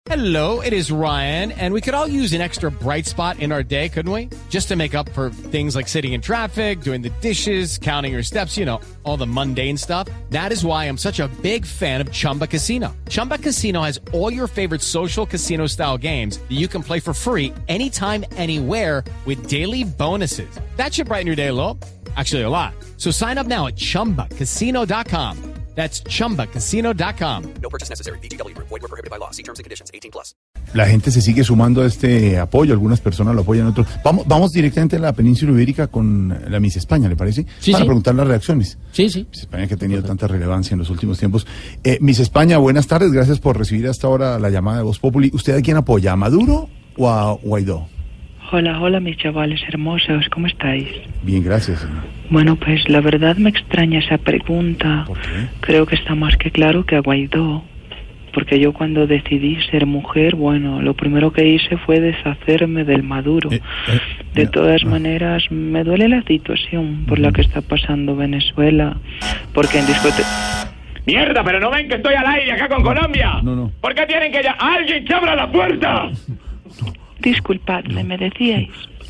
Hello, it is Ryan, and we could all use an extra bright spot in our day, couldn't we? Just to make up for things like sitting in traffic, doing the dishes, counting your steps, you know, all the mundane stuff. That is why I'm such a big fan of Chumba Casino. Chumba Casino has all your favorite social casino-style games that you can play for free anytime, anywhere with daily bonuses. That should brighten your day a little. Actually, a lot. So sign up now at ChumbaCasino.com. That's ChumbaCasino.com. No purchase necessary. VGW Group. Void where prohibited by law. See terms and conditions. 18+. La gente se sigue sumando a este apoyo. Algunas personas lo apoyan, otros. Vamos directamente a la península ibérica con la Miss España, ¿le parece? Sí, Para sí. preguntar las reacciones. Sí, sí. Miss España, que ha tenido tanta relevancia en los últimos tiempos. Miss España, buenas tardes. Gracias por recibir hasta ahora la llamada de Voz Populi. ¿Usted a quién apoya? ¿A Maduro o a Guaidó? Hola, hola mis chavales hermosos, ¿cómo estáis? Bien, gracias, señor. Bueno, pues la verdad me extraña esa pregunta. ¿Por qué? Creo que está más que claro que a Guaidó. Porque yo cuando decidí ser mujer, bueno, lo primero que hice fue deshacerme del Maduro. De todas maneras, me duele la situación por la que está pasando Venezuela. Porque en discoteca... ¡Mierda! ¿Pero no ven que estoy al aire acá con Colombia? No. ¿Por qué tienen que ¡Alguien que abra la puerta! Disculpadme, me decíais.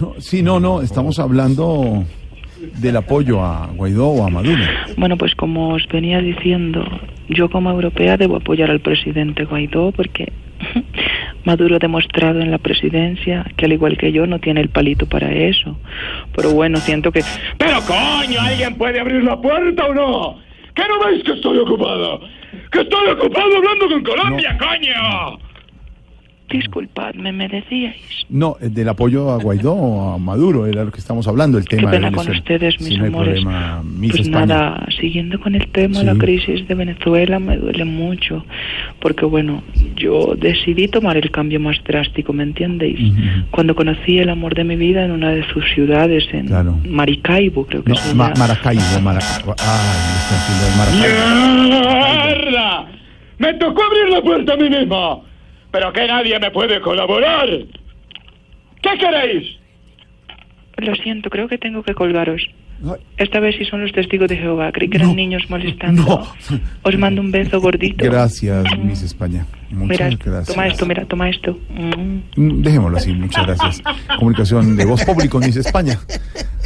No, estamos hablando del apoyo a Guaidó o a Maduro. Bueno, pues como os venía diciendo, yo como europea debo apoyar al presidente Guaidó porque Maduro ha demostrado en la presidencia que al igual que yo no tiene el palito para eso. Pero bueno, siento que... ¡Pero coño! ¿Alguien puede abrir la puerta o no? ¿Qué no veis que estoy ocupado? ¡Que estoy ocupado hablando con Colombia, coño! Disculpadme, me decíais. No, del apoyo a Guaidó o a Maduro era lo que estamos hablando, el tema Qué de pena con Venezuela. ustedes, mis Sí, no hay amores. problema, Miss Pues España. nada, siguiendo con el tema, Sí. la crisis de Venezuela me duele mucho, porque bueno, yo decidí tomar el cambio más drástico, ¿me entendéis? Cuando conocí el amor de mi vida en una de sus ciudades, en Claro. Maracaibo, creo que No, se llama. Maracaibo. Maracaibo. ¡Mierda! ¡Me tocó abrir la puerta a mí mismo! ¡Pero que nadie me puede colaborar! ¿Qué queréis? Lo siento, creo que tengo que colgaros. Ay. Esta vez sí son los testigos de Jehová, creí que eran niños molestando. No. Os mando un beso gordito. Gracias, Miss España. Mira, Muchas gracias. toma esto. Dejémoslo así, muchas gracias. Comunicación de Voz Populi con Miss España.